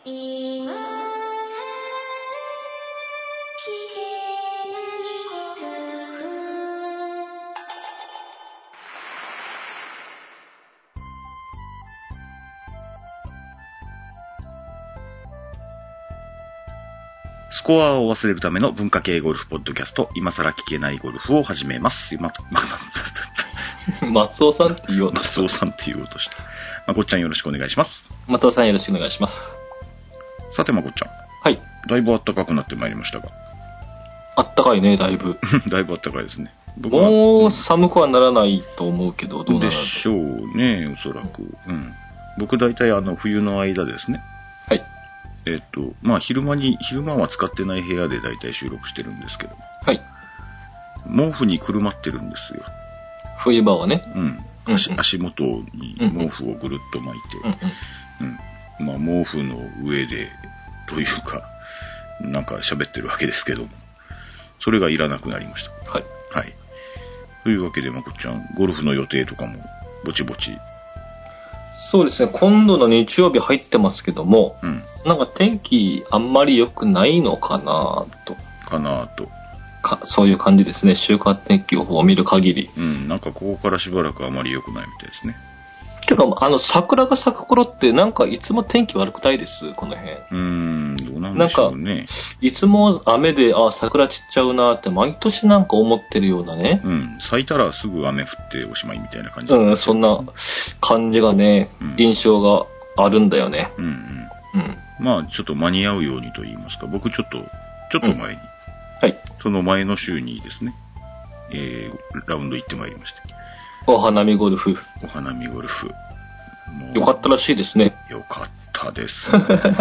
スコアを忘れるための文化系ゴルフポッドキャスト、今更聞けないゴルフを始めます。 松尾さんって言おうとした。 松尾さんって言おうとした。まこっちゃんよろしくお願いします。 松尾さんよろしくお願いします。 さてまこっちゃん。 はい。 だいぶ暖かくなってまいりましたが。 暖かいね、だいぶ。 だいぶ暖かいですね。 もう寒くはならないと思うけど、どうなるでしょうね、おそらく。うん。僕大体冬の間ですね。 はい。 まあ昼間は使ってない部屋で大体収録してるんですけど。 はい。 毛布にくるまってるんですよ。 冬場はね。 うん。足元に毛布をぐるっと巻いて。うん。まあ毛布の上で、というか、なんか喋ってるわけですけども。それがいらなくなりました。 はい。 はい。というわけでまこっちゃん、ゴルフの予定とかも、ぼちぼち。 そうですね、今度の日曜日入ってますけども、 うん、 なんか天気あんまり良くないのかなと。そういう感じですね、週間天気予報を見る限り。 うん、なんかここからしばらくあまり良くないみたいですね。 てか、桜が咲く頃ってなんかいつも天気悪くないです、この辺。 どうなんでしょうね。 なんか、いつも雨で、桜散っちゃうなって毎年なんか思ってるようなね。 うん、咲いたらすぐ雨降っておしまいみたいな感じ、 うん、そんな感じがね、印象があるんだよね。まあ、ちょっと間に合うようにと言いますか、僕ちょっと前に、 はい。 その前の週にですね、ラウンド行ってまいりました。 お花見ゴルフ。 お花見ゴルフ。 よかったらしいですね。 よかったですね。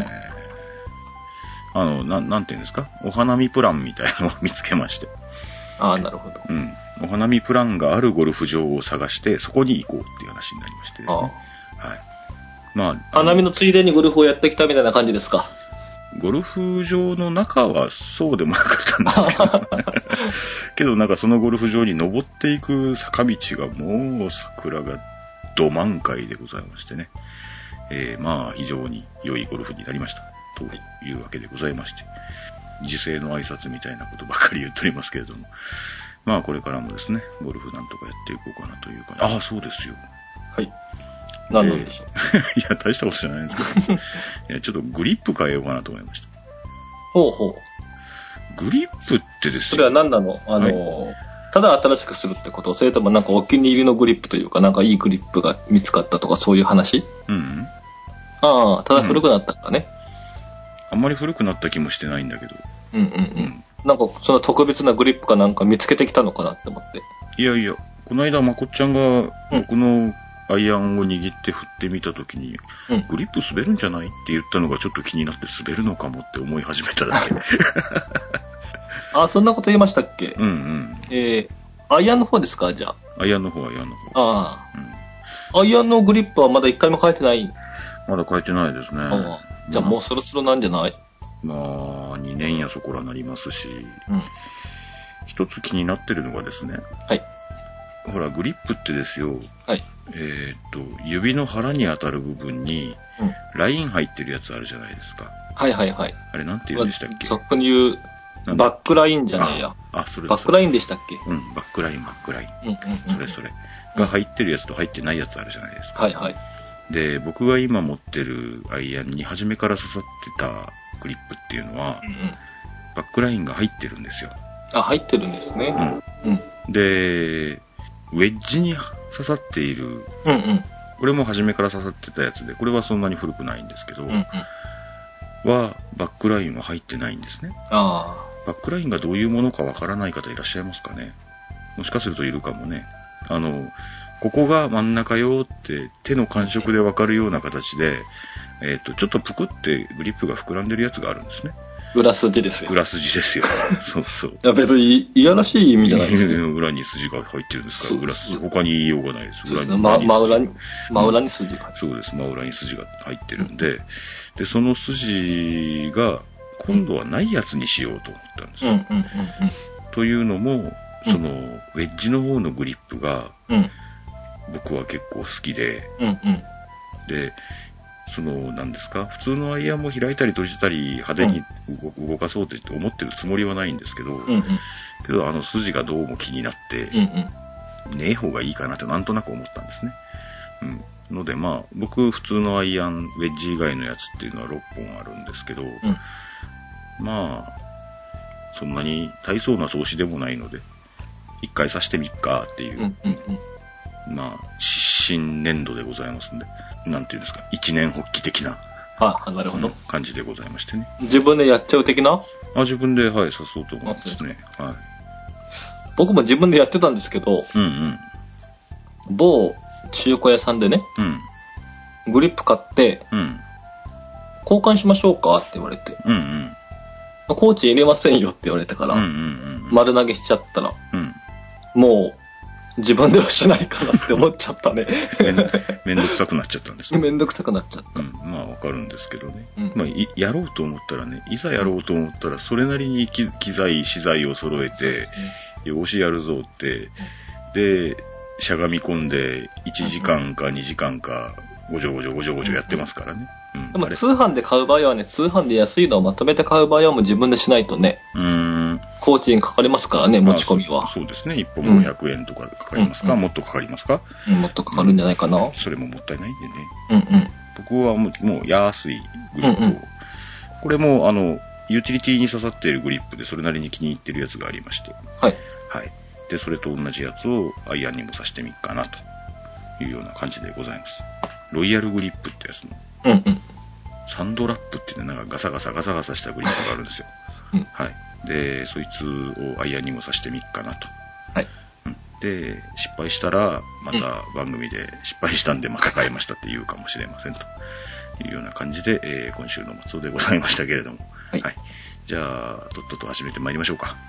なんていうんですか、お花見プランみたいなのを見つけまして。 ああ、なるほど。 うん。お花見プランがあるゴルフ場を探して、そこに行こうっていう話になりましてですね。はい。まあ。 花見のついでにゴルフをやってきたみたいな感じですか。 ゴルフ場の中はそうでもなかったんですけど、けどなんかそのゴルフ場に登っていく坂道がもう桜がど満開でございましてね。まあ非常に良いゴルフになりましたというわけでございまして、時世の挨拶みたいなことばかり言っておりますけれども、まあこれからもですね、ゴルフなんとかやっていこうかなというか、ああそうですよ。 はい。何なんでしょう。 いや、大したことじゃないんですけど、いや、ちょっとグリップ変えようかなと思いました。 ほうほう。グリップってですよ。 それは何なの？ただ新しくするってこと？それともなんかお気に入りのグリップというか、なんかいいグリップが見つかったとかそういう話？ああ、ただ古くなったからね。 あんまり古くなった気もしてないんだけど。 なんかその特別なグリップかなんか見つけてきたのかなって思って。 いやいや、この間まこっちゃんが僕のアイアンを握って振ってみたときに、グリップ滑るんじゃないって言ったのがちょっと気になって滑るのかもって思い始めただけで。 あ、そんなこと言いましたっけ？アイアンの方ですか、じゃあ。 アイアンの方。 ああ。アイアンのグリップはまだ一回も変えてない？ まだ変えてないですね。 じゃあもうそろそろなんじゃない？ まあ、2年やそこらなりますし、一つ気になってるのがですね。 はい。 ほら、グリップってですよ。 はい。 指の腹に当たる部分に、ライン入ってるやつあるじゃないですか。 はいはいはい。 あれなんて言うんでしたっけ？ そこに言う、バックラインじゃないや。 それバックラインでしたっけ？ バックライン。それ。が入ってるやつと入ってないやつあるじゃないですか。 はいはい。 で、僕が今持ってるアイアンに初めから刺さってたグリップっていうのは、バックラインが入ってるんですよ。 あ、入ってるんですね。 で、ウェッジに刺さっている、これも初めから刺さってたやつで、これはそんなに古くないんですけど、バックラインは入ってないんですね。バックラインがどういうものかわからない方いらっしゃいますかね？もしかするといるかもね。ここが真ん中よって手の感触でわかるような形で、ちょっとぷくってグリップが膨らんでるやつがあるんですね。 裏筋ですよ。 裏筋ですよ。そうそう。 いや別にいやらしい意味じゃないですよ。 裏に筋が入ってるんですから、裏筋。他に言いようがないです。 そうですね。真裏に筋が。 そうです。真裏に筋が入ってるんで、で、その筋が今度はないやつにしようと思ったんですよ。というのも、その、ウェッジの方のグリップが、僕は結構好きで、で、 なんですか、普通のアイアンも開いたり閉じたり派手に動かそうって思ってるつもりはないんですけど、けど筋がどうも気になって、ねえ方がいいかなってなんとなく思ったんですね。のでまあ、僕普通のアイアン、ウェッジ以外のやつっていうのは6本あるんですけど、まあ、そんなに大層な投資でもないので、一回刺してみっかっていう、まあ、新年度でございますんで、なんていうんですか、一年発起的な、 なるほど、 感じでございましてね。 自分でやっちゃう的な？ 自分で、刺そうと思うんですね。はい。 僕も自分でやってたんですけど、某中古屋さんでね、グリップ買って、交換しましょうかって言われて、コーチ入れませんよって言われたから、丸投げしちゃったら、もう自分ではしないかなって思っちゃったね。 めんどくさくなっちゃったんですね。 めんどくさくなっちゃった。 まあわかるんですけどね。まあやろうと思ったらね、いざやろうと思ったらそれなりに機材、資材を揃えて、よしやるぞって、で、しゃがみ込んで1時間か2時間かごじょごじょやってますからね。 でも通販で買う場合はね、通販で安いのをまとめて買う場合はもう自分でしないとね、工賃かかりますからね、持ち込みは。 そうですね、1本500円とかかかりますか、もっとかかりますか、 もっとかかるんじゃないかな。 それももったいないんでね。僕はもう安いグリップを、これもユーティリティに刺さっているグリップでそれなりに気に入ってるやつがありまして、で、それと同じやつをアイアンにも刺してみっかなというような感じでございます。ロイヤルグリップってやつの、サンドラップっていうなんかガサガサしたグリップがあるんですよ。で、そいつをアイアンにも刺してみっかなと。で、失敗したら、また番組で失敗したんでまた買いましたって言うかもしれませんというような感じで、今週の松尾でございましたけれども。じゃあ、とっとと始めてまいりましょうか。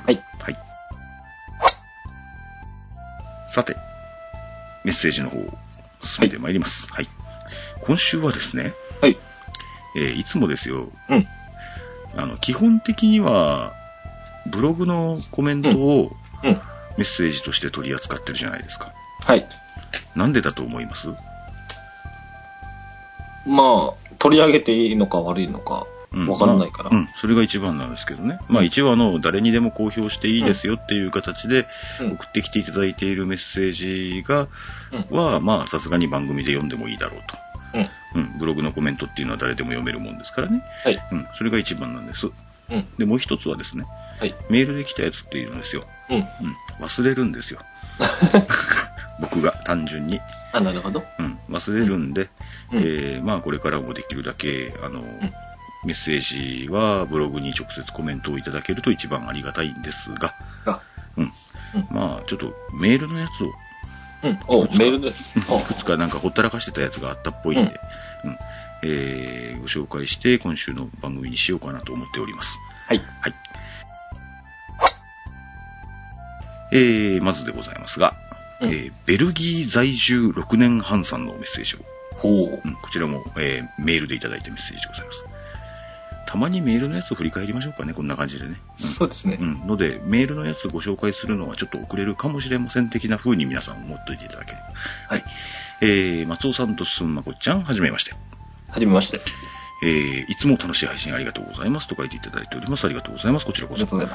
さて、メッセージの方を進めてまいります。今週はですね、いつもですよ、基本的には、ブログのコメントをメッセージとして取り扱ってるじゃないですか。なんでだと思います？ まあ、取り上げていいのか悪いのかわからないから。 それが一番なんですけどね。まあ一応誰にでも公表していいですよっていう形で送ってきていただいているメッセージは、まあさすがに番組で読んでもいいだろうと。ブログのコメントっていうのは誰でも読めるもんですからね。それが一番なんです。で、もう一つはですね、メールで来たやつっているんですよ。忘れるんですよ。僕が単純に。 なるほど。 忘れるんで、まあこれからもできるだけ、メッセージはブログに直接コメントをいただけると一番ありがたいんですが、まあちょっとメールのやつを、 メールで。いくつかなんかほったらかしてたやつがあったっぽいんで、ご紹介して今週の番組にしようかなと思っております。まずでございますが、ベルギー在住6年半さんのメッセージを、こちらも、メールでいただいたメッセージでございます。たまにメールのやつを振り返りましょうかね、こんな感じでね。 そうですね。 ので、メールのやつをご紹介するのはちょっと遅れるかもしれません的な風に皆さん思っておいていただければ。松尾さんとすんまこちゃん、はじめまして。 はじめまして。 いつも楽しい配信ありがとうございますと書いていただいております。ありがとうございます。こちらこそ。 ありがとうございます。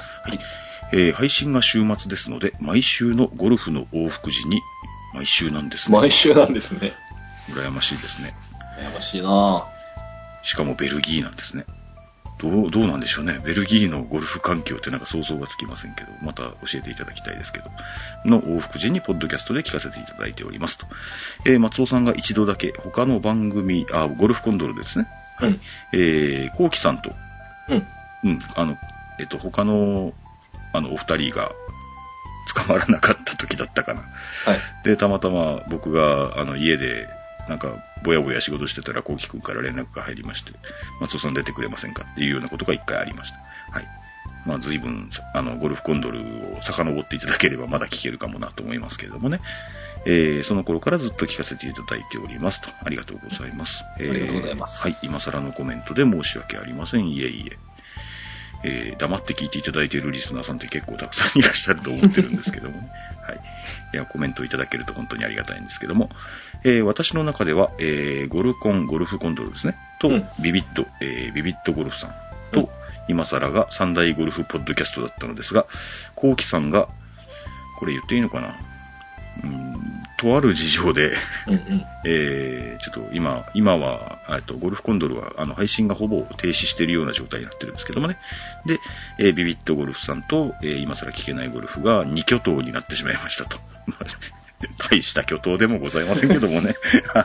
配信が週末ですので、毎週のゴルフの往復時に、毎週なんですね。毎週なんですね。 羨ましいですね。 羨ましいなしかもベルギーなんですね。どうなんでしょうね。ベルギーのゴルフ環境ってなんか想像がつきませんけど、また教えていただきたいですけど、の往復時にポッドキャストで聞かせていただいておりますと。松尾さんが一度だけ他の番組、ゴルフコンドルですね。コウキさんと、他の、お二人が捕まらなかった時だったかな。で、たまたま僕が、家で、なんか、ぼやぼや仕事してたら、コウキくんから連絡が入りまして、松尾さん出てくれませんかっていうようなことが一回ありました。まあ、随分、ゴルフコンドルを遡っていただければまだ聞けるかもなと思いますけれどもね。その頃からずっと聞かせていただいておりますと。ありがとうございます。 ありがとうございます。 今更のコメントで申し訳ありません。いえい黙って聞いていただいているリスナーさんって結構たくさんいらっしゃると思ってるんですけどもね。はい。いや、コメントいただけると本当にありがたいんですけども、私の中では、ゴルフコンドルですね、と、ビビットゴルフさんと、今更が三大ゴルフポッドキャストだったのですが、コウキさんが、これ言っていいのかな、とある事情で、ちょっと今は、ゴルフコンドルは、配信がほぼ停止しているような状態になってるんですけどもね。で、ビビットゴルフさんと、今更聞けないゴルフが2巨頭になってしまいましたと。大した巨頭でもございませんけどもね。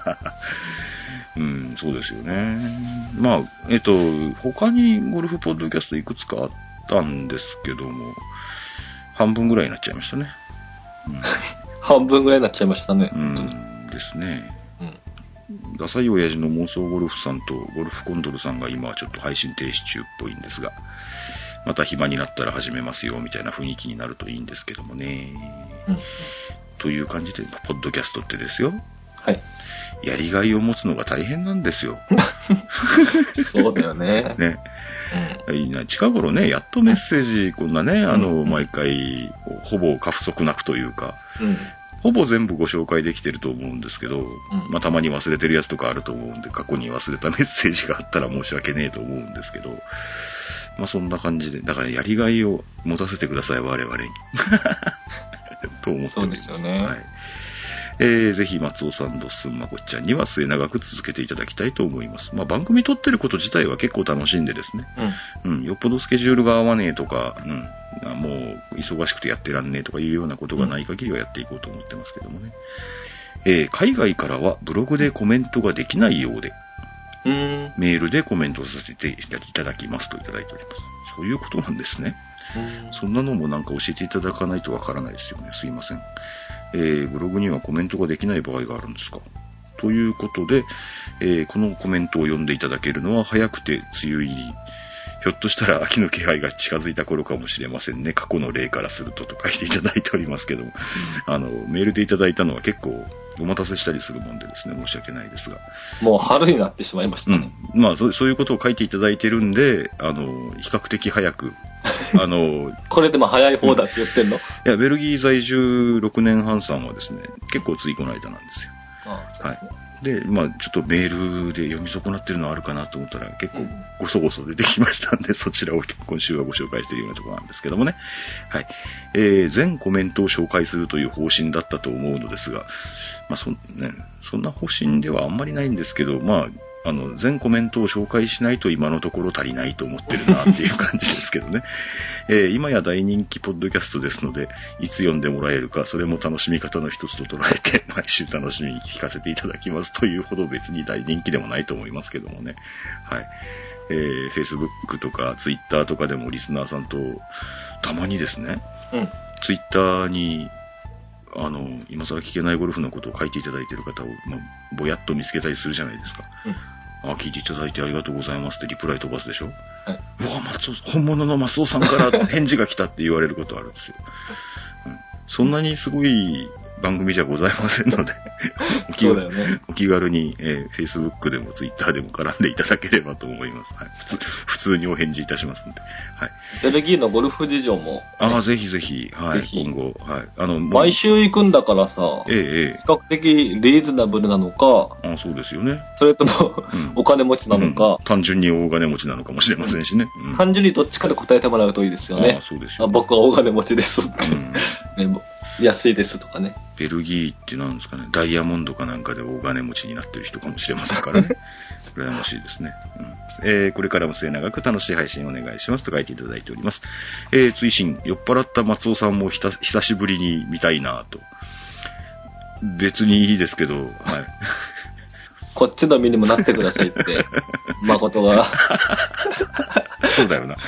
そうですよね。まあ、他にゴルフポッドキャストいくつかあったんですけども、半分ぐらいになっちゃいましたね。 半分ぐらいになっちゃいましたね。 ですね。ダサい親父の妄想ゴルフさんとゴルフコンドルさんが今はちょっと配信停止中っぽいんですが、また暇になったら始めますよみたいな雰囲気になるといいんですけどもね。という感じで、ポッドキャストってですよ。 はい。 やりがいを持つのが大変なんですよ。 そうだよね。 ね。近頃ね、やっとメッセージ、こんなね、毎回、ほぼ過不足なくというか、ほぼ全部ご紹介できてると思うんですけど、まあたまに忘れてるやつとかあると思うんで、過去に忘れたメッセージがあったら申し訳ねえと思うんですけど、まあそんな感じで、だからやりがいを持たせてください、我々に。と思ってそうですよね。 はい。ぜひ松尾さんとすんまこっちゃんには末永く続けていただきたいと思います。まあ番組撮ってること自体は結構楽しんでですね。よっぽどスケジュールが合わねえとか、もう忙しくてやってらんねえとかいうようなことがない限りはやっていこうと思ってますけどもね。海外からはブログでコメントができないようで、メールでコメントさせていただきますといただいております。そういうことなんですね。そんなのもなんか教えていただかないとわからないですよね。すいません。ブログにはコメントができない場合があるんですか。ということで、このコメントを読んでいただけるのは早くて梅雨入り。ひょっとしたら秋の気配が近づいた頃かもしれませんね。過去の例からするとと書いていただいておりますけども、メールでいただいたのは結構お待たせしたりするもんでですね、申し訳ないですが。 もう春になってしまいましたね。 まあそういうことを書いていただいてるんで、比較的早く、 これでも早い方だって言ってんの？ いや、ベルギー在住6年半さんはですね、結構ついこの間なんですよ。はい。で、まあちょっとメールで読み損なってるのあるかなと思ったら結構ごそごそ出てきましたんで、そちらを今週はご紹介しているようなところなんですけどもね。はい。全コメントを紹介するという方針だったと思うのですが、まあそんな方針ではあんまりないんですけど、まあ、全コメントを紹介しないと今のところ足りないと思ってるなっていう感じですけどね。今や大人気ポッドキャストですので、いつ読んでもらえるか、それも楽しみ方の一つと捉えて、毎週楽しみに聞かせていただきますというほど別に大人気でもないと思いますけどもね。はい。Facebook とか Twitter とかでもリスナーさんと、たまにですね、Twitter に、今更聞けないゴルフのことを書いていただいている方を、ぼやっと見つけたりするじゃないですか。聞いていただいてありがとうございますってリプライ飛ばすでしょ。はい。うわ、本物の松尾さんから返事が来たって言われることあるんですよ。そんなにすごい番組じゃございませんので、お気軽に、Facebook でも Twitter でも絡んでいただければと思います。はい。普通にお返事いたしますので。はい。 ベルギーのゴルフ事情も、 ぜひぜひ、はい。今後、はい。 毎週行くんだからさ、比較的リーズナブルなのか、 そうですよね。 それとも、お金持ちなのか、 単純に大金持ちなのかもしれませんしね。 単純にどっちかで答えてもらうといいですよね。 そうですよ。 僕は大金持ちです。安いですとかね。 ベルギーってなんですかね、ダイヤモンドかなんかで大金持ちになってる人かもしれませんからね。羨ましいですね。これからも末永く楽しい配信お願いしますと書いていただいております。追伸、酔っ払った松尾さんも久しぶりに見たいなと。別にいいですけど、はい。 こっちの身にもなってくださいって、誠が。 そうだよな。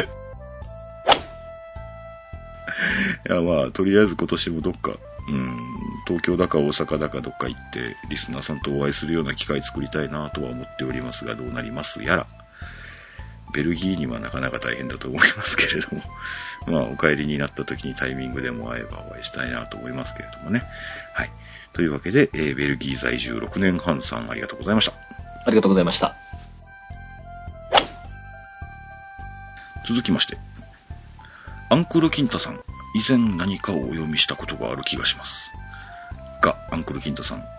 いや、まあ、とりあえず今年もどっか、東京だか大阪だかどっか行って、リスナーさんとお会いするような機会作りたいなとは思っておりますが、どうなりますやら。ベルギーにはなかなか大変だと思いますけれども、まあ、お帰りになった時にタイミングでも会えばお会いしたいなと思いますけれどもね。はい。というわけで、ベルギー在住6年半さんありがとうございました。 ありがとうございました。 続きまして、アンクルキンタさん、以前何かをお読みしたことがある気がします。が、アンクルキンタさん、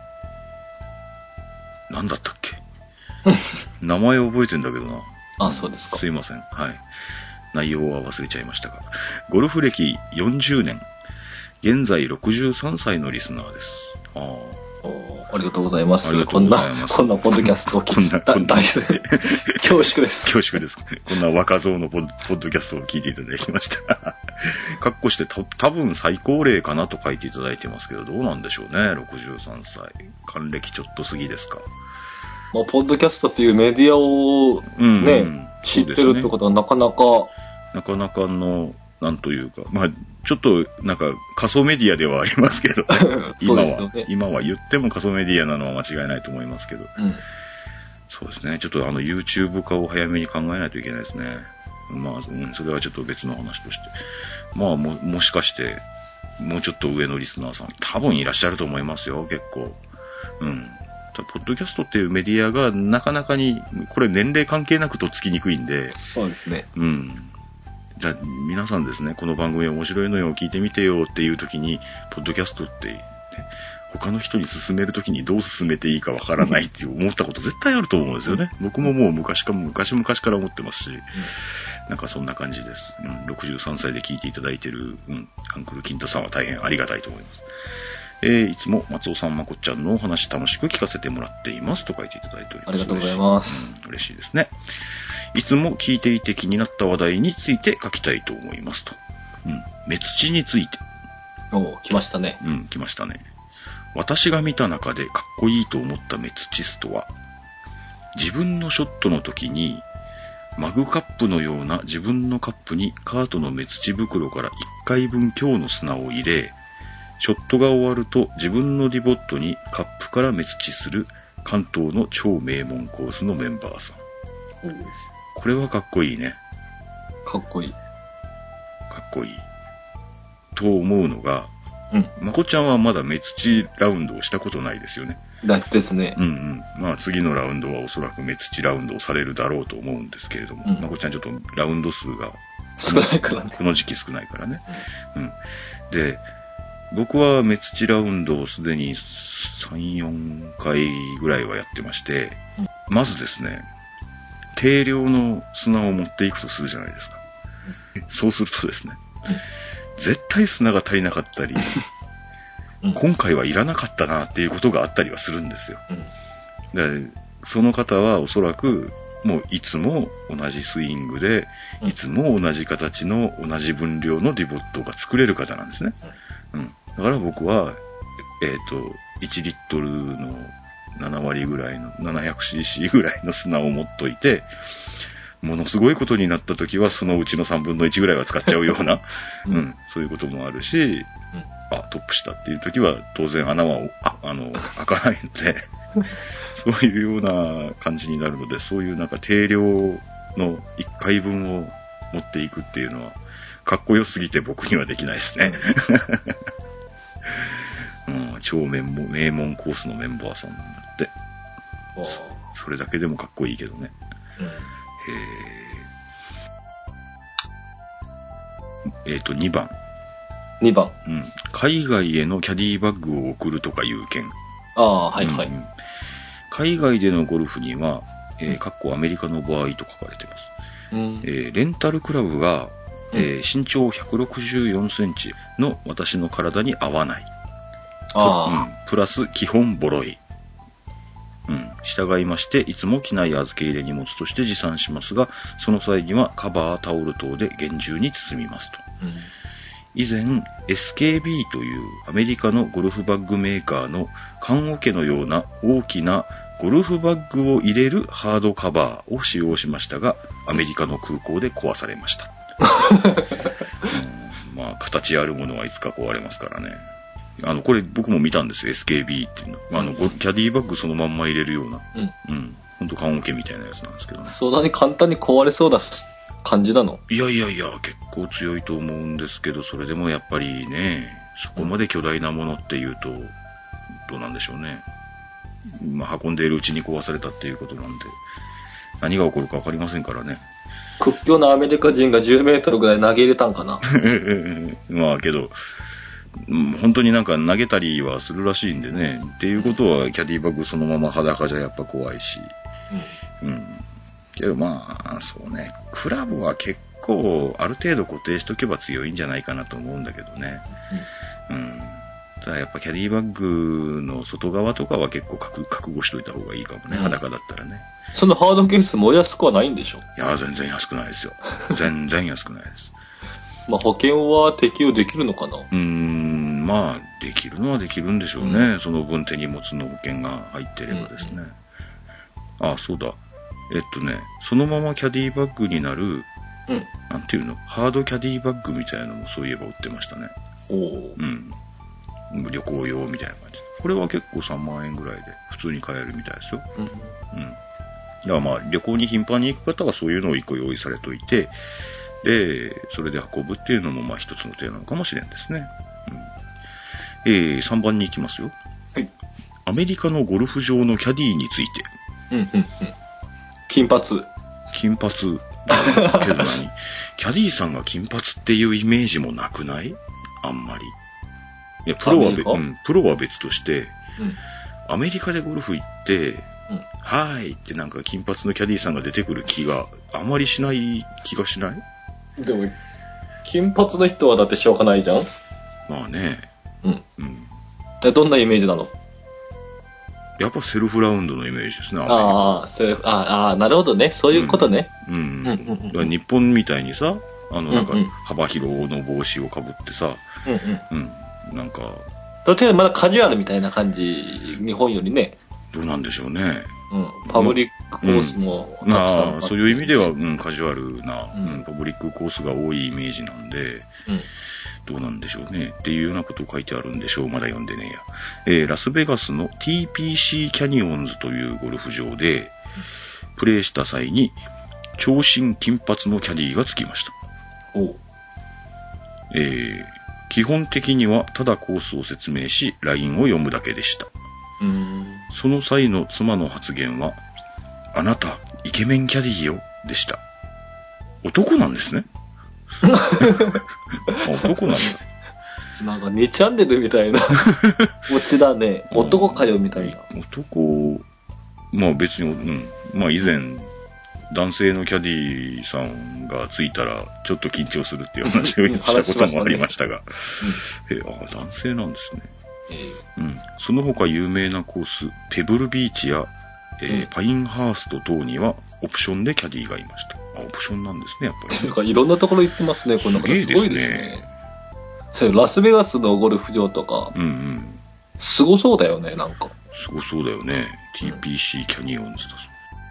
何だったっけ名前を覚えてんだけどな。 あ、そうですか。 すいません。はい。内容は忘れちゃいましたが。ゴルフ歴40年。現在63歳のリスナーです。 ありがとうございます。 こんなポッドキャストを聞いて恐縮です。 恐縮です。こんな若造のポッドキャストを聞いていただきました。かっこして多分最高齢かなと書いていただいてますけど、どうなんでしょうね、63歳。還暦ちょっと過ぎですか。 まあ、ポッドキャストっていうメディアをね、知ってるってことはなかなかの、なんというか、まあ、ちょっと、なんか、仮想メディアではありますけどね。今は言っても仮想メディアなのは間違いないと思いますけど。そうですね。ちょっとYouTube 化を早めに考えないといけないですね。まあ、それはちょっと別の話として。まあ、もしかして、もうちょっと上のリスナーさん、多分いらっしゃると思いますよ、結構。ポッドキャストっていうメディアがなかなかに、これ年齢関係なくとっつきにくいんで。 そうですね。 じゃあ皆さんですね、この番組面白いのよ、聞いてみてよっていう時に、ポッドキャストって、他の人に勧める時にどう勧めていいかわからないって思ったこと絶対あると思うんですよね。僕ももう昔から思ってますし、なんかそんな感じです。63歳で聞いていただいてる、アンクルキンタさんは大変ありがたいと思います。いつも松尾さん、まこっちゃんのお話楽しく聞かせてもらっていますと書いていただいております。 ありがとうございます。 嬉しいですね。いつも聞いていて気になった話題について書きたいと思いますと。目土について。 来ましたね。 来ましたね。私が見た中でかっこいいと思った目土ストは、自分のショットの時に、マグカップのような自分のカップにカートの目土袋から1回分強の砂を入れ、ショットが終わると自分のディボットにカップから目土する関東の超名門コースのメンバーさん。これはかっこいいね。 かっこいい。 かっこいい。と思うのが、まこちゃんはまだ目土ラウンドをしたことないですよね。 ですね。 まあ次のラウンドはおそらく目土ラウンドをされるだろうと思うんですけれども、まこちゃんちょっとラウンド数が少ないからね。 この時期少ないからね。で、僕は目土ラウンドをすでに3、4回ぐらいはやってまして、まずですね、定量の砂を持っていくとするじゃないですか。そうするとですね、絶対砂が足りなかったり、今回はいらなかったなっていうことがあったりはするんですよ。でその方はおそらくもういつも同じスイングで、いつも同じ形の同じ分量のディボットが作れる方なんですね。だから僕は、1リットルの7割ぐらいの 700cc ぐらいの砂を持っといて、ものすごいことになった時はそのうちの3分の1ぐらいは使っちゃうような、そういうこともあるし、トップしたっていう時は当然穴は開かないので、そういうような感じになるので、そういうなんか定量の1回分を持っていくっていうのは、かっこよすぎて僕にはできないですね。超名門コースのメンバーさんなんだって。それだけでもかっこいいけどね。2番。海外へのキャディバッグを送るとかいう件。海外でのゴルフには、アメリカの場合と書かれてます。レンタルクラブが、身長164センチの私の体に合わない。プラス基本ボロい。従いまして、いつも機内預け入れ荷物として持参しますが、その際にはカバー、タオル等で厳重に包みますと。以前、SKB というアメリカのゴルフバッグメーカーの缶桶のような大きなゴルフバッグを入れるハードカバーを使用しましたが、アメリカの空港で壊されました。形あるものはいつか壊れますからね。これ僕も見たんですよ、SKB っていうの。キャディバッグそのまんま入れるような。ほんと缶桶みたいなやつなんですけどね。 そんなに簡単に壊れそうな感じなの？ いや、結構強いと思うんですけど、それでもやっぱりね、そこまで巨大なものっていうと、どうなんでしょうね。運んでいるうちに壊されたっていうことなんで、何が起こるかわかりませんからね。 屈強なアメリカ人が10メートルぐらい投げ入れたんかな。 まあけど、本当になんか投げたりはするらしいんでね。っていうことはキャディバッグそのまま裸じゃやっぱ怖いし。うん。けどまあ、そうね。クラブは結構ある程度固定しとけば強いんじゃないかなと思うんだけどね。うん。ただやっぱキャディバッグの外側とかは結構覚悟しといた方がいいかもね。裸だったらね。 そのハードケースもお安くはないんでしょ？ いや、全然安くないですよ。全然安くないです。 まあ保険は適用できるのかな？ まあ、できるのはできるんでしょうね。その分手荷物の保険が入ってればですね。あ、そうだ。そのままキャディバッグになる、なんていうの？ハードキャディバッグみたいなのもそういえば売ってましたね。旅行用みたいな感じ。これは結構3万円ぐらいで普通に買えるみたいですよ。だからまあ、旅行に頻繁に行く方はそういうのを1個用意されといて、で、それで運ぶっていうのもまあ一つの手なのかもしれんですね。3番に行きますよ。はい。アメリカのゴルフ場のキャディーについて。 金髪。 金髪。けど何？キャディーさんが金髪っていうイメージもなくない？あんまり。いや、プロは別として、アメリカでゴルフ行って、はーいってなんか金髪のキャディーさんが出てくる気があまりしない気がしない？ でも、金髪の人はだってしょうがないじゃん？ まあね。 どんなイメージなの？ やっぱセルフラウンドのイメージですね。 なるほどね。そういうことね。 日本みたいにさ、なんか幅広の帽子をかぶってさ、なんか。 どっちかまだカジュアルみたいな感じ、日本よりね。 どうなんでしょうね。 パブリックコースもたくさんそういう意味では、カジュアルな、パブリックコースが多いイメージなんで、どうなんでしょうね。っていうようなことを書いてあるんでしょう。まだ読んでねえや。ラスベガスの TPC キャニオンズというゴルフ場で、プレーした際に、長身金髪のキャディーがつきました。基本的にはただコースを説明し、ラインを読むだけでした。その際の妻の発言は、あなた、イケメンキャディーよ、でした。男なんですね。男なんだ。 なんか2チャンネルみたいなオチだね。男かよみたいな。 男、まあ別に、まあ以前、男性のキャディーさんがついたら、ちょっと緊張するっていう話をしたこともありましたが。男性なんですね。その他有名なコース、ペブルビーチや、パインハースト等にはオプションでキャディーがいました。オプションなんですね、やっぱり、 なんかいろんなところ行ってますね、この方。すごいですね。ラスベガスのゴルフ場とか、すごそうだよね、なんか。 すごそうだよね。TPC キャニオンズだそう。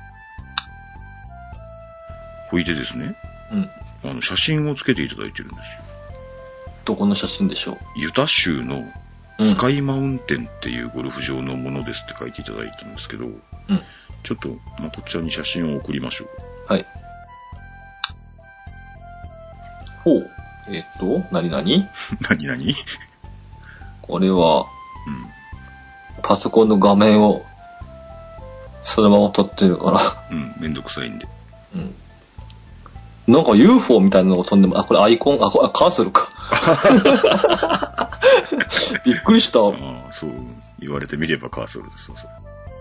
ほいでですね、写真をつけていただいてるんですよ。 どこの写真でしょう？ ユタ州のスカイマウンテンっていうゴルフ場のものですって書いていただいてるんですけど、ちょっと、こちらに写真を送りましょう。 はい。ほう。何何これは、パソコンの画面をそのまま撮ってるから。 めんどくさいんで。 なんか UFO みたいなのが飛んでも、これアイコン、カーソルか。びっくりした。 そう。言われてみればカーソルですわ、それ。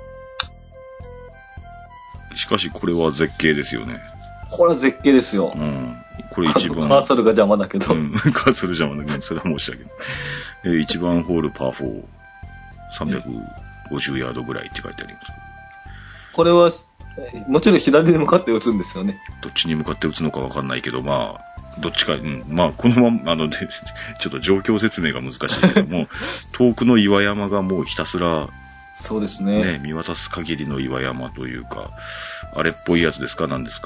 しかしこれは絶景ですよね。 これは絶景ですよ。 これ一番。 カーソルが邪魔だけど。 カーソル邪魔だけど、それは申し訳ない。1番ホールパー4、350ヤードぐらいって書いてあります。 これは、もちろん左に向かって打つんですよね。 どっちに向かって打つのかわかんないけど、どっちか、このまま、ちょっと状況説明が難しいけども、遠くの岩山がもうひたすら、 そうですね。 見渡す限りの岩山というか、あれっぽいやつですか？何ですか？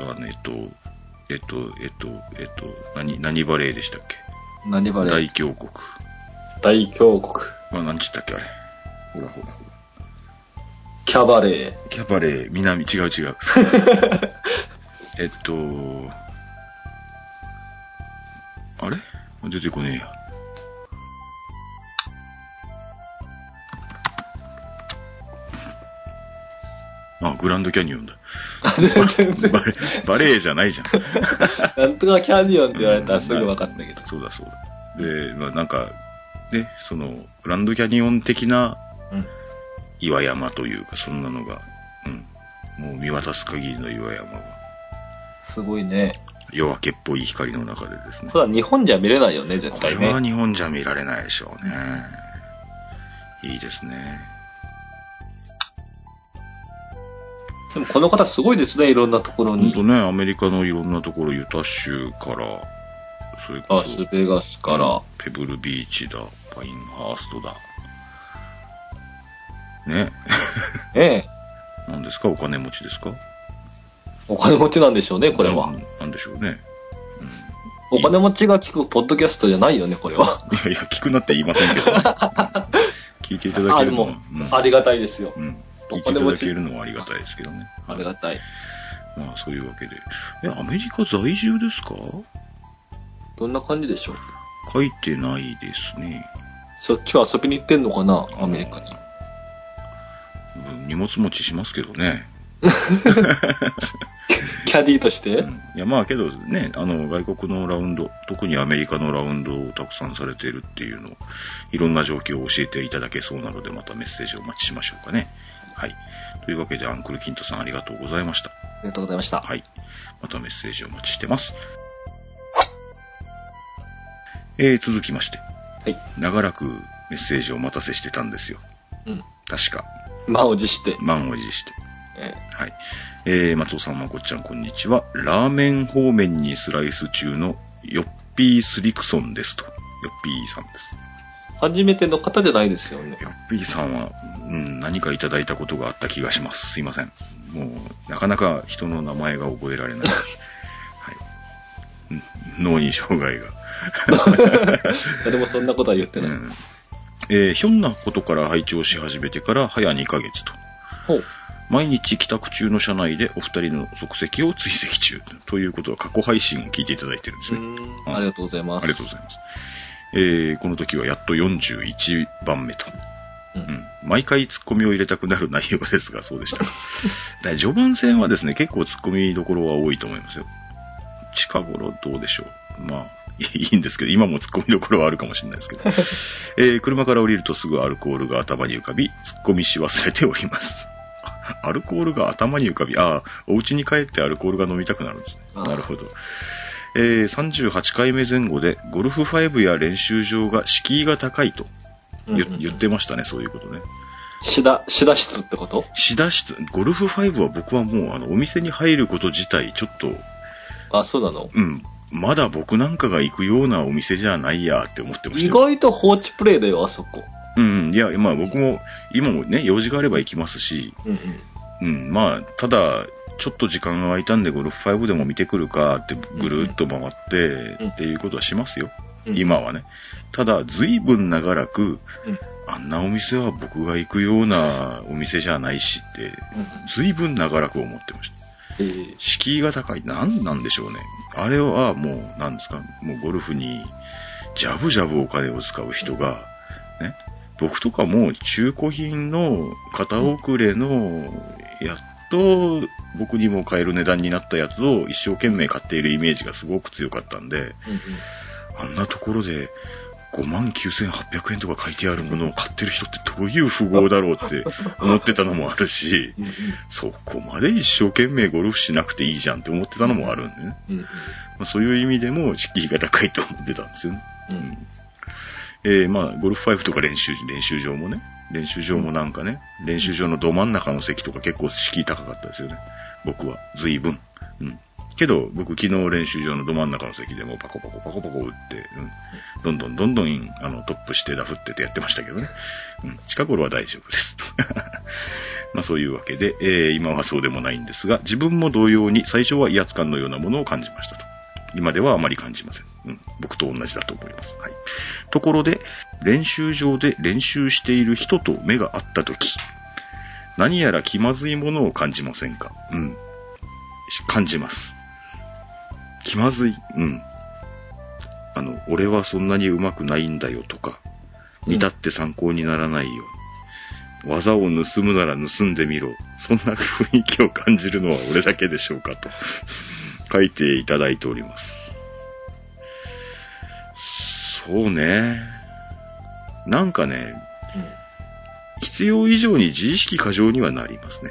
何バレーでしたっけ？ 何バレー？ 大峡谷。 大峡谷。 何ちったっけあれ。ほら。 キャバレー、南、違う。あれ？出てこねえや。 グランドキャニオンだ。バレエじゃないじゃん。 なんとかキャニオンって言われたらすぐ分かったけど。 そうだそうだ。で、まあなんか、ね、その、グランドキャニオン的な岩山というか、そんなのが、もう見渡す限りの岩山が。 すごいね。 夜明けっぽい光の中でですね。 それは日本じゃ見れないよね、絶対ね。 これは日本じゃ見られないでしょうね。いいですね。 でもこの方すごいですね、いろんなところに。 ほんとね、アメリカのいろんなところ、ユタ州から、それこそラスベガスから、 ペブルビーチだ、パインハーストだ。ね。 ええ。 何ですか、お金持ちですか？ お金持ちなんでしょうね、これは。 なんでしょうね。 お金持ちが聞くポッドキャストじゃないよね、これは。 いやいや、聞くなって言いませんけど、ね。聞いていただけるのは。 ありがたいですよ。 聞いていただけるのはありがたいですけどね。 ありがたい。 まあ、そういうわけで。アメリカ在住ですか？ どんな感じでしょう？ 書いてないですね。 そっちは遊びに行ってんのかな、アメリカに。 荷物持ちしますけどね。 キャディーとして、 いや、まあけどね、外国のラウンド、特にアメリカのラウンドをたくさんされているっていうのを、いろんな状況を教えていただけそうなので、またメッセージをお待ちしましょうかね。はい。というわけで、アンクルキントさんありがとうございました。 ありがとうございました。 はい。またメッセージをお待ちしてます。続きまして。 はい。 長らくメッセージをお待たせしてたんですよ。確か。 満を持して。 満を持して。はい。松尾さん、まこっちゃん、こんにちは。ラーメン方面にスライス中のヨッピースリクソンですと。ヨッピーさんです。 初めての方じゃないですよね。 ヨッピーさんは、何かいただいたことがあった気がします。すいません。もう、なかなか人の名前が覚えられない。はい。脳に障害が。 誰もそんなことは言ってない。 ひょんなことから拝聴し始めてから早2ヶ月と。 ほう。 毎日帰宅中の車内でお二人の足跡を追跡中ということは過去配信を聞いていただいてるんですね。 ありがとうございます。 ありがとうございます。この時はやっと41番目と。毎回ツッコミを入れたくなる内容ですが、そうでした。序盤戦はですね、結構ツッコミどころは多いと思いますよ。近頃どうでしょう。まあ、いいんですけど、今もツッコミどころはあるかもしれないですけど。車から降りるとすぐアルコールが頭に浮かび、ツッコミし忘れております。アルコールが頭に浮かび、お家に帰ってアルコールが飲みたくなるんですね。なるほど。38回目前後で、ゴルフ5や練習場が敷居が高いと言ってましたね、そういうことね。 シダ室ってこと？ シダ室、ゴルフ5は僕はもうお店に入ること自体ちょっと、 そうなの？ まだ僕なんかが行くようなお店じゃないやって思ってました。 意外と放置プレイだよ、あそこ。 いや、まあ僕も、今もね、用事があれば行きますし、まあ、ただ、ちょっと時間が空いたんでゴルフ5でも見てくるかってぐるっと回って、っていうことはしますよ。今はね。ただ、随分長らく、あんなお店は僕が行くようなお店じゃないしって、随分長らく思ってました。敷居が高い。なんでしょうね。あれはもう、なんですか、もうゴルフに、ジャブジャブお金を使う人が、ね、僕とかも中古品の片遅れの、やっと僕にも買える値段になったやつを一生懸命買っているイメージがすごく強かったんで、あんなところで59,800円とか書いてあるものを買ってる人ってどういう富豪だろうって思ってたのもあるし、そこまで一生懸命ゴルフしなくていいじゃんって思ってたのもあるんでね。そういう意味でも敷居が高いと思ってたんですよね。まあ、ゴルフ5とか練習場もね、練習場もなんかね、練習場のど真ん中の席とか結構敷居高かったですよね。僕は、随分。けど、僕昨日練習場のど真ん中の席でもパコパコパコパコ打って、どんどんトップしてダフっててやってましたけどね。近頃は大丈夫です。まあそういうわけで、今はそうでもないんですが、自分も同様に最初は威圧感のようなものを感じましたと。今ではあまり感じません。僕と同じだと思います。はい。ところで、練習場で練習している人と目が合ったとき、何やら気まずいものを感じませんか？感じます。気まずい。俺はそんなに上手くないんだよとか、見たって参考にならないよ。 技を盗むなら盗んでみろ。そんな雰囲気を感じるのは俺だけでしょうかと書いていただいております。そうね。なんかね、必要以上に自意識過剰にはなりますね。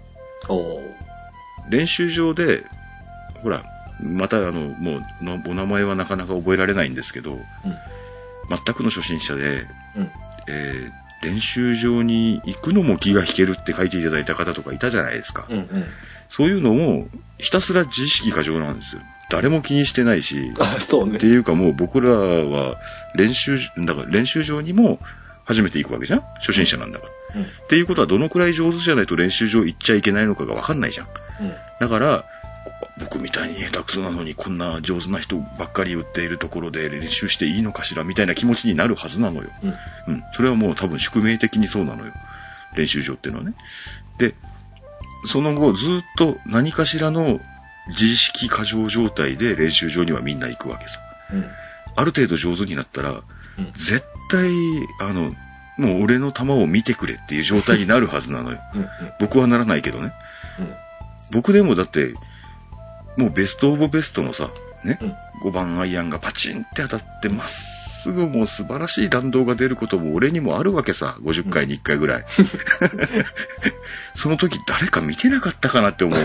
練習場で、ほら、またもう、お名前はなかなか覚えられないんですけど、全くの初心者で、練習場に行くのも気が引けるって書いていただいた方とかいたじゃないですか。そういうのも、ひたすら自意識過剰なんですよ。誰も気にしてないし、 そうね。 っていうかもう僕らは練習場にも初めて行くわけじゃん？初心者なんだから。っていうことはどのくらい上手じゃないと練習場行っちゃいけないのかがわかんないじゃん。だから、僕みたいに下手くそなのにこんな上手な人ばっかり売っているところで練習していいのかしらみたいな気持ちになるはずなのよ。それはもう多分宿命的にそうなのよ。練習場っていうのはね。で、その後ずっと何かしらの自意識過剰状態で練習場にはみんな行くわけさ。ある程度上手になったら、絶対、もう俺の球を見てくれっていう状態になるはずなのよ。僕はならないけどね。僕でもだって、もうベストオブベストのさ、ね、5番アイアンがパチンって当たってまっすぐもう素晴らしい弾道が出ることも俺にもあるわけさ。50回に1回ぐらい。その時誰か見てなかったかなって思う。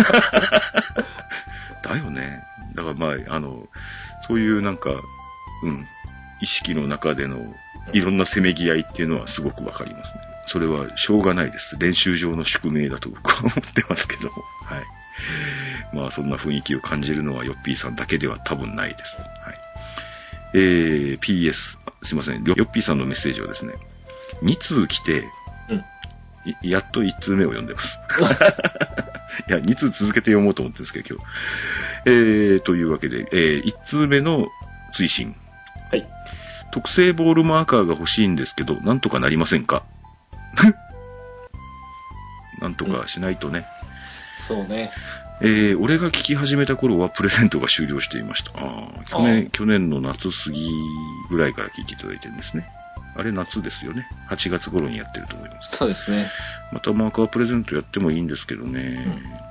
だよね。だからまあ、そういうなんか、意識の中でのいろんなせめぎ合いっていうのはすごくわかりますね。それはしょうがないです。練習場の宿命だと僕は思ってますけど。はい。まあそんな雰囲気を感じるのはヨッピーさんだけでは多分ないです。はい。PS、すいません。ヨッピーさんのメッセージはですね、2通来て、やっと1通目を読んでます。いや、2通続けて読もうと思ってるんですけど、今日。というわけで、1通目の追伸。 はい。 特製ボールマーカーが欲しいんですけど、なんとかなりませんか？なんとかしないとね。 そうね。 俺が聞き始めた頃はプレゼントが終了していました。去年の夏過ぎぐらいから聞いていただいてるんですね。あれ夏ですよね。8月頃にやってると思います。 そうですね。 またマーカープレゼントやってもいいんですけどね。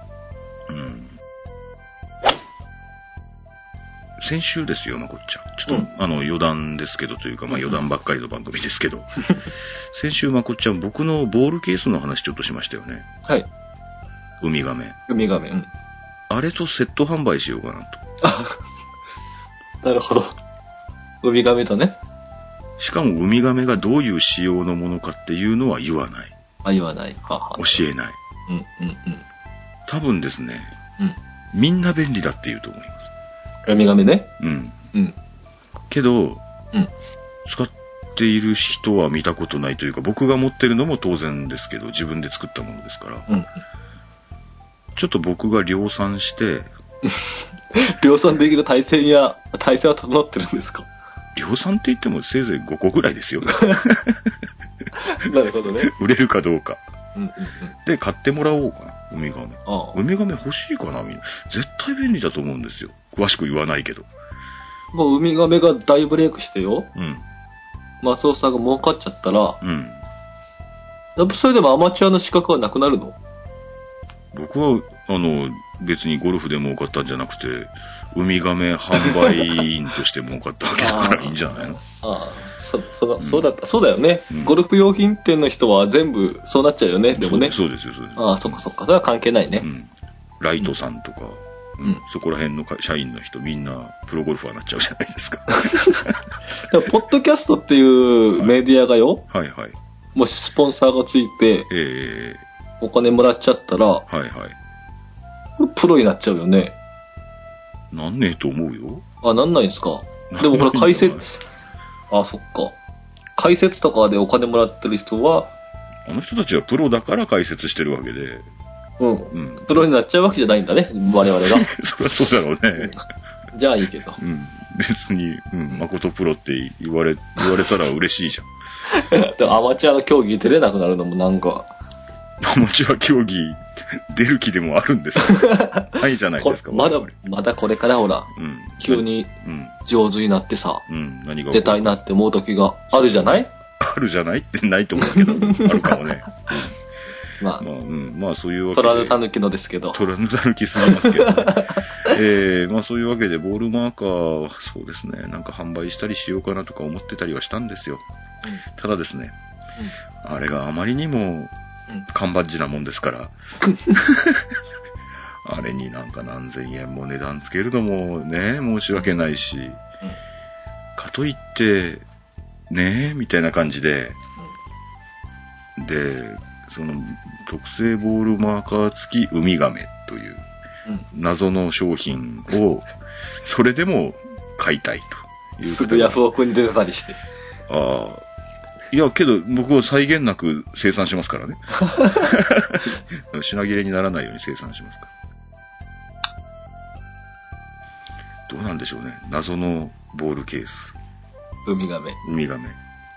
先週ですよ、まこっちゃん。ちょっと、余談ですけどというか、まあ余談ばっかりの番組ですけど。先週まこっちゃん、僕のボールケースの話ちょっとしましたよね。 はい。 ウミガメ。あれとセット販売しようかなと。なるほど。ウミガメとね。 しかもウミガメがどういう仕様のものかっていうのは言わない。 言わない。 教えない。多分ですね。みんな便利だって言うと思います。 ウミガメね。 けど、使っている人は見たことないというか、僕が持ってるのも当然ですけど、自分で作ったものですから。ちょっと僕が量産して、 量産できる体制は整ってるんですか？ 量産って言ってもせいぜい5個ぐらいですよ。なるほどね。 売れるかどうか。で、買ってもらおうかな、ウミガメ。ウミガメ欲しいかな、みんな。絶対便利だと思うんですよ。詳しく言わないけど。 もうウミガメが大ブレイクしてよ。松尾さんが儲かっちゃったら、やっぱそれでもアマチュアの資格はなくなるの？ 僕は、別にゴルフで儲かったんじゃなくて、ウミガメ販売員として儲かったわけだからいいんじゃないの？ そうだよね。ゴルフ用品店の人は全部そうなっちゃうよね、でもね。 そうですよ、そうです。 そっか。それは関係ないね。 ライトさんとか、そこら辺の社員の人みんなプロゴルファーになっちゃうじゃないですか。 でもポッドキャストっていうメディアがよ、もしスポンサーがついて、お金もらっちゃったら、プロになっちゃうよね。 なんねえと思うよ。 なんないんですか。でもこれ解説、そっか。解説とかでお金もらってる人は、 あの人たちはプロだから解説してるわけで。 プロになっちゃうわけじゃないんだね、我々が。 そりゃそうだろうね。 じゃあいいけど。 別に、誠プロって言われたら嬉しいじゃん。でもアマチュアの競技出れなくなるのもなんか。 アマチュア競技出る気でもあるんですか？ないじゃないですか。 まだこれからほら、急に上手になってさ、出たいなって思う時があるじゃない？ あるじゃないってないと思うけど、あるかもね。まあそういうわけで。 虎の狸のですけど。 虎の狸すぎますけど、まあそういうわけで、ボールマーカーはそうですね、なんか販売したりしようかなとか思ってたりはしたんですよ。ただですね、あれがあまりにも缶バッジなもんですから、あれになんか何千円も値段つけるのもね、申し訳ないし、かといって、ねえ、みたいな感じで、で、その特製ボールマーカー付きウミガメという謎の商品をそれでも買いたいという。 すぐヤフオクに出てたりして。 ああ。いや、けど僕は際限なく生産しますからね。品切れにならないように生産しますから。どうなんでしょうね。謎のボールケース。 ウミガメ。 ウミガメ。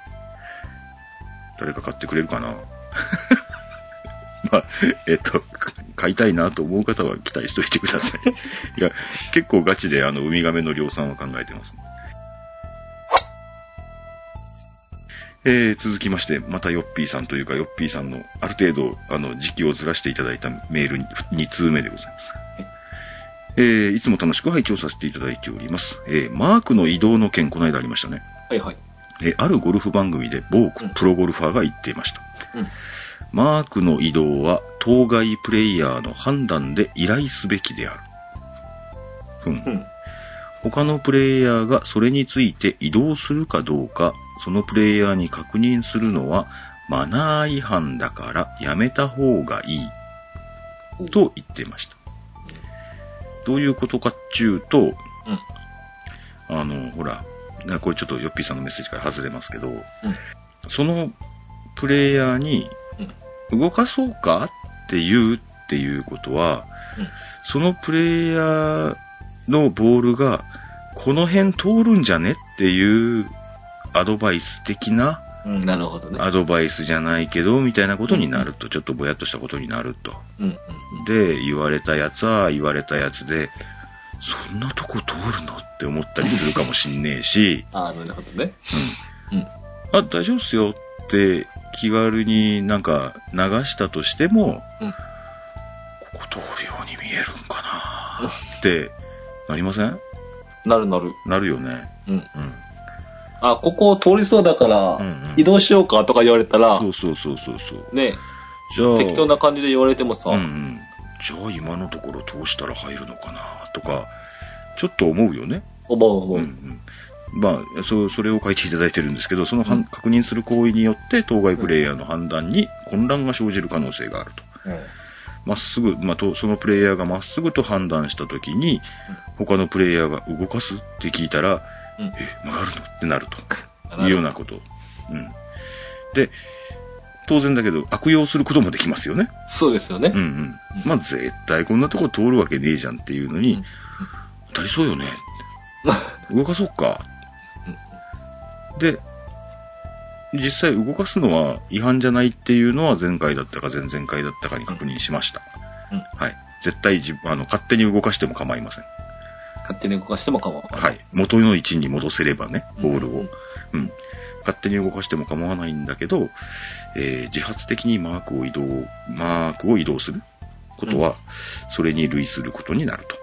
誰か買ってくれるかな。まあ、買いたいなと思う方は期待しといてください。いや、結構ガチでウミガメの量産は考えてます、ね。続きまして、またヨッピーさんというか、ヨッピーさんのある程度、時期をずらしていただいたメールに2通目でございます。いつも楽しく拝聴させていただいております。マークの移動の件、この間ありましたね。 はいはい。 あるゴルフ番組で某プロゴルファーが言っていました。マークの移動は当該プレイヤーの判断で依頼すべきである。他のプレイヤーがそれについて移動するかどうか、そのプレイヤーに確認するのはマナー違反だからやめた方がいい。と言っていました。どういうことかっちゅうと、ほら、これちょっとヨッピーさんのメッセージから外れますけど、そのプレイヤーに動かそうかっていうことは、そのプレイヤーのボールがこの辺通るんじゃねっていうアドバイス的な、 なるほどね。 アドバイスじゃないけどみたいなことになると、ちょっとぼやっとしたことになると。で、言われたやつは言われたやつで、そんなとこ通るのって思ったりするかもしんねえし。 なるほどね。 大丈夫っすよって気軽になんか流したとしても、ここ通るように見えるんかなってなりません？なるよね。 ここ通りそうだから、移動しようかとか言われたら、 そう。 ね、じゃあ適当な感じで言われてもさ、 じゃあ今のところ通したら入るのかなとか、ちょっと思うよね。 思う。 まあ、それを書いていただいてるんですけど、その確認する行為によって、当該プレイヤーの判断に混乱が生じる可能性があると。まっすぐ、そのプレイヤーがまっすぐと判断したときに、他のプレイヤーが動かすって聞いたら、曲がるのってなるというようなこと。で、当然だけど、悪用することもできますよね。 そうですよね。 まあ、絶対こんなとこ通るわけねえじゃんっていうのに、当たりそうよね。動かそうか。で、実際動かすのは違反じゃないっていうのは前回だったか前々回だったかに確認しました。はい。絶対勝手に動かしても構いません。 勝手に動かしても構わない。 はい。元の位置に戻せればね、ボールを。勝手に動かしても構わないんだけど、自発的にマークを移動することは、それに類することになると。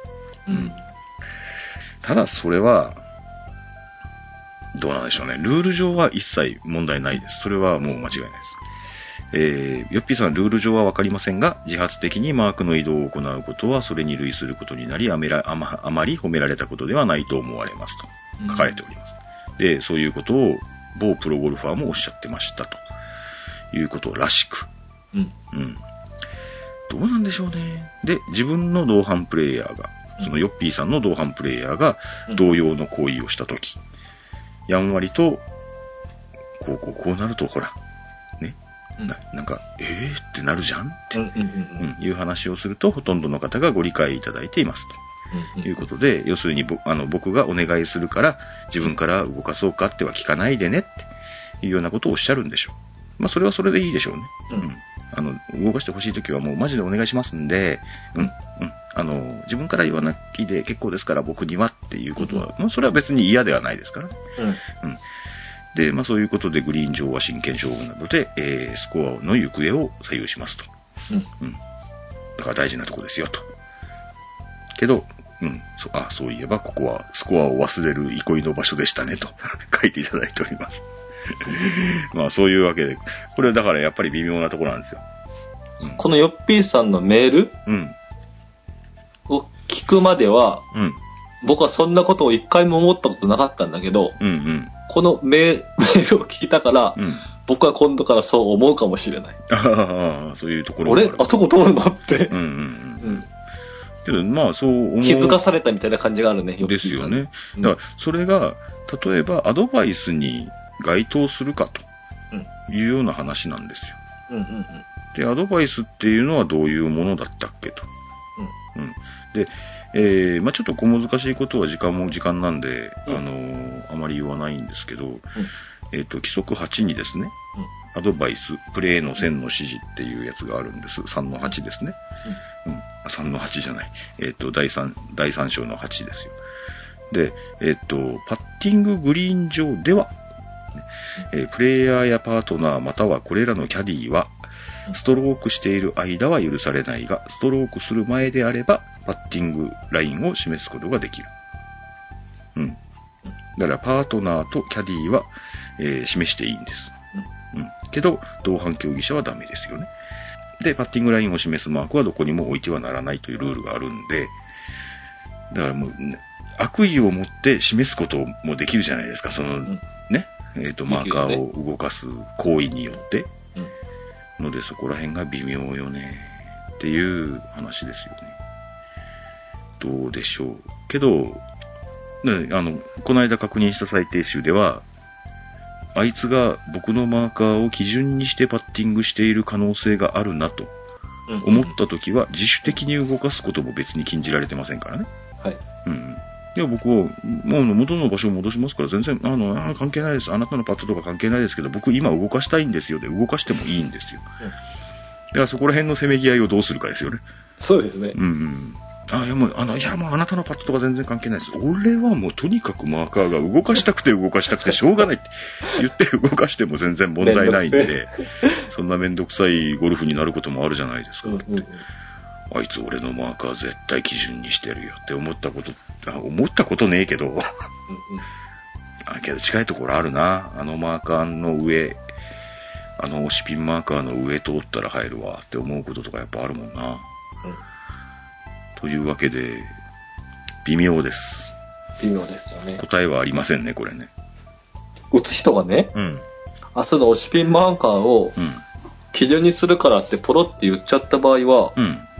ただそれは、どうなんでしょうね。ルール上は一切問題ないです。それはもう間違いないです。ヨッピーさん、ルール上はわかりませんが、自発的にマークの移動を行うことは、それに類することになり、あまり褒められたことではないと思われますと書かれております。で、そういうことを、某プロゴルファーもおっしゃってましたということらしく。どうなんでしょうね。で、自分の同伴プレイヤーが、そのヨッピーさんの同伴プレイヤーが同様の行為をしたとき、やんわりと、こうなると、ほら、ね、なんか、ってなるじゃんっていう話をすると、ほとんどの方がご理解いただいていますということで、要するに僕がお願いするから、自分から動かそうかっては聞かないでねっていうようなことをおっしゃるんでしょう。まあ、それはそれでいいでしょうね。動かしてほしいときはもうマジでお願いしますんで、自分から言わなきで結構ですから僕にはっていうことは、それは別に嫌ではないですから。 で、まあそういうことでグリーン上は真剣勝負なので、スコアの行方を左右しますと。うん。だから大事なとこですよと。けど、そういえばここはスコアを忘れる憩いの場所でしたねと書いていただいております。まあそういうわけで、これだからやっぱり微妙なところなんですよ。 このヨッピーさんのメールを聞くまでは、僕はそんなことを一回も思ったことなかったんだけど、このメールを聞いたから、僕は今度からそう思うかもしれない。 そういうところ俺、あそこ通るのって。 けど、まあそう思う。 気づかされたみたいな感じがあるね、 ですよね。だから、それが、例えばアドバイスに該当するかというような話なんですよ。で、アドバイスっていうのはどういうものだったっけと。で、まあちょっと小難しいことは時間なんで、あまり言わないんですけど、規則8にですね、アドバイス、プレイの線の指示っていうやつがあるんです。3の8ですね。3の8じゃない。第3章の8ですよ。で、パッティンググリーン上では、プレイヤーやパートナーまたはこれらのキャディーは、ストロークしている間は許されないが、ストロークする前であれば、パッティングラインを示すことができる。だから、パートナーとキャディーは、示していいんです。けど、同伴競技者はダメですよね。で、パッティングラインを示すマークはどこにも置いてはならないというルールがあるんで、だからもう、悪意を持って示すこともできるじゃないですか、その、ね、マーカーを動かす行為によって。ので、そこら辺が微妙よね、っていう話ですよね。どうでしょう。けど、ね、この間確認した裁定集では、あいつが僕のマーカーを基準にしてパッティングしている可能性があるなと思ったときは、自主的に動かすことも別に禁じられてませんからね。 はい。 いや、僕は、もう元の場所を戻しますから、全然、関係ないです。あなたのパットとか関係ないですけど、僕今動かしたいんですよで、動かしてもいいんですよ。だからそこら辺のせめぎ合いをどうするかですよね。 そうですね。 いやもうあなたのパットとか全然関係ないです。俺はもうとにかくマーカーが動かしたくてしょうがないって言って動かしても全然問題ないんで、そんなめんどくさいゴルフになることもあるじゃないですか。あいつ俺のマーカー絶対基準にしてるよって思ったことねえけど、けど近いところあるな。あのマーカーの上、押しピンマーカーの上通ったら入るわって思うこととかやっぱあるもんな。というわけで、微妙です。 微妙ですよね。 答えはありませんね、これね。 打つ人がね、その押しピンマーカーを基準にするからってポロって言っちゃった場合は、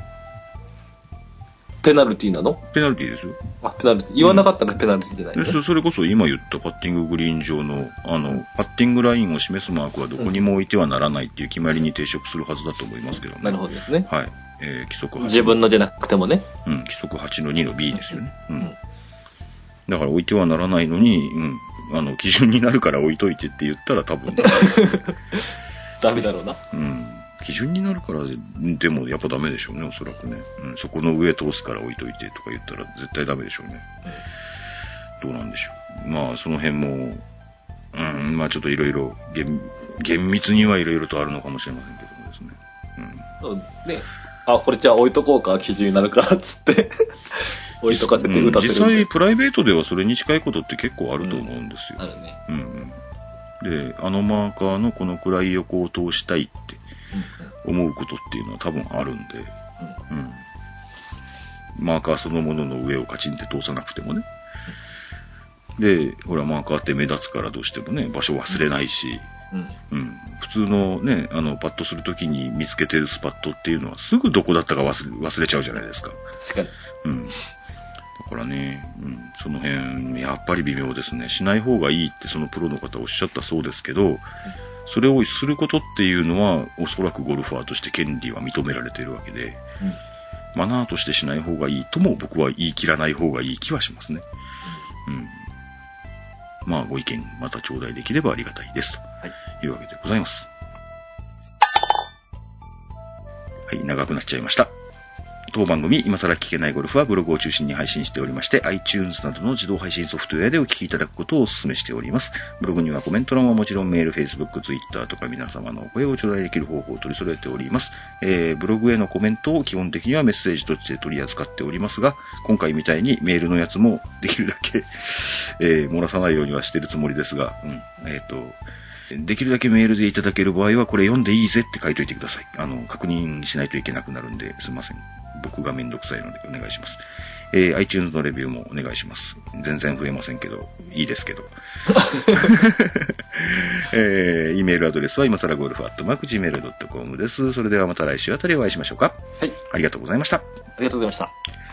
ペナルティなの？ ペナルティですよ。 ペナルティ。言わなかったらペナルティじゃないの？ それこそ今言ったパッティンググリーン上の、パッティングラインを示すマークはどこにも置いてはならないっていう決まりに抵触するはずだと思いますけどね。 なるほどですね。 はい。規則8。 自分のじゃなくてもね。 規則8の2の B ですよね。だから置いてはならないのに、基準になるから置いといてって言ったら多分。 ダメだろうな。 基準になるからでもやっぱダメでしょうね、おそらくね。そこの上通すから置いといてとか言ったら絶対ダメでしょうね。どうなんでしょう。まあその辺も、まあちょっといろいろ、厳密にはいろいろとあるのかもしれませんけどもですね。 そうね。これじゃあ置いとこうか、基準になるからっつって。置いとかせて歌ってる。 実際プライベートではそれに近いことって結構あると思うんですよ。 あるね。 で、マーカーのこのくらい横を通したいって思うことっていうのは多分あるんで、マーカーそのものの上をカチンって通さなくてもね。で、ほら、マーカーって目立つからどうしてもね、場所忘れないし、普通のね、パットするときに見つけてるスパットっていうのはすぐどこだったか忘れちゃうじゃないですか。 確かに。 だからね、その辺、やっぱり微妙ですね。しない方がいいってそのプロの方おっしゃったそうですけど、それをすることっていうのは、おそらくゴルファーとして権利は認められているわけで、マナーとしてしない方がいいとも僕は言い切らない方がいい気はしますね。まあご意見また頂戴できればありがたいですというわけでございます。はい、長くなっちゃいました。 当番組、今更聞けないゴルフはブログを中心に配信しておりまして、iTunes などの自動配信ソフトウェアでお聞きいただくことをお勧めしております。ブログにはコメント欄はもちろんメール、Facebook、Twitter とか皆様のお声を頂戴できる方法を取り揃えております。ブログへのコメントを基本的にはメッセージとして取り扱っておりますが、今回みたいにメールのやつもできるだけ、漏らさないようにはしてるつもりですが、できるだけメールでいただける場合はこれ読んでいいぜって書いといてください。確認しないといけなくなるんで、すいません。僕がめんどくさいのでお願いします。iTunes のレビューもお願いします。全然増えませんけど、いいですけど。E メールアドレスは今更ゴルフ@gmail.com です。それではまた来週あたりお会いしましょうか。 はい。 ありがとうございました。ありがとうございました。